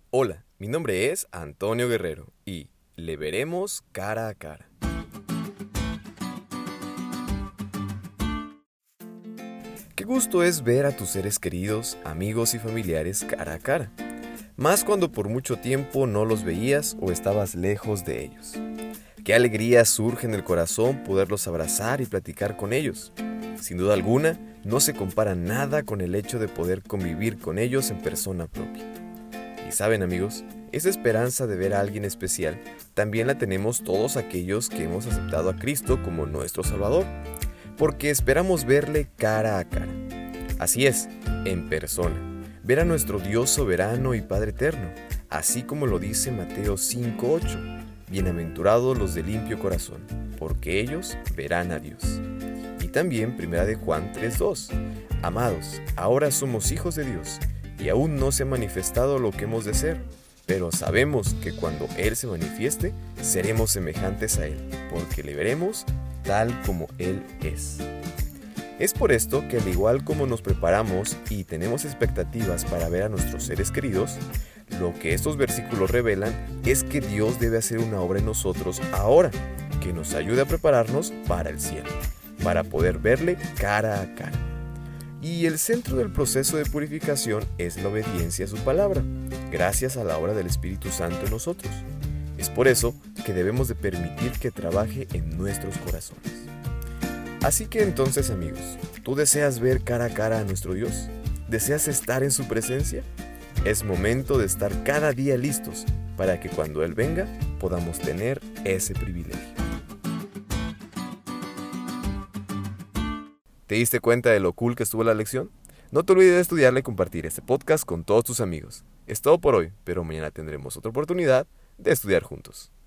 Hola, mi nombre es Antonio Guerrero y le veremos cara a cara. Qué gusto es ver a tus seres queridos, amigos y familiares cara a cara, más cuando por mucho tiempo no los veías o estabas lejos de ellos. Qué alegría surge en el corazón poderlos abrazar y platicar con ellos. Sin duda alguna, no se compara nada con el hecho de poder convivir con ellos en persona propia. Y saben, amigos, esa esperanza de ver a alguien especial también la tenemos todos aquellos que hemos aceptado a Cristo como nuestro Salvador, porque esperamos verle cara a cara. Así es, en persona, ver a nuestro Dios soberano y Padre eterno, así como lo dice Mateo 5:8. Bienaventurados los de limpio corazón, porque ellos verán a Dios. Y también 1 de Juan 3:2. Amados, ahora somos hijos de Dios, y aún no se ha manifestado lo que hemos de ser, pero sabemos que cuando Él se manifieste, seremos semejantes a Él, porque le veremos tal como Él es. Es por esto que al igual como nos preparamos y tenemos expectativas para ver a nuestros seres queridos, lo que estos versículos revelan es que Dios debe hacer una obra en nosotros ahora, que nos ayude a prepararnos para el cielo, para poder verle cara a cara. Y el centro del proceso de purificación es la obediencia a su palabra, gracias a la obra del Espíritu Santo en nosotros. Es por eso que debemos de permitir que trabaje en nuestros corazones. Así que entonces, amigos, ¿tú deseas ver cara a cara a nuestro Dios? ¿Deseas estar en su presencia? Es momento de estar cada día listos para que cuando Él venga podamos tener ese privilegio. ¿Te diste cuenta de lo cool que estuvo la lección? No te olvides de estudiarla y compartir este podcast con todos tus amigos. Es todo por hoy, pero mañana tendremos otra oportunidad de estudiar juntos.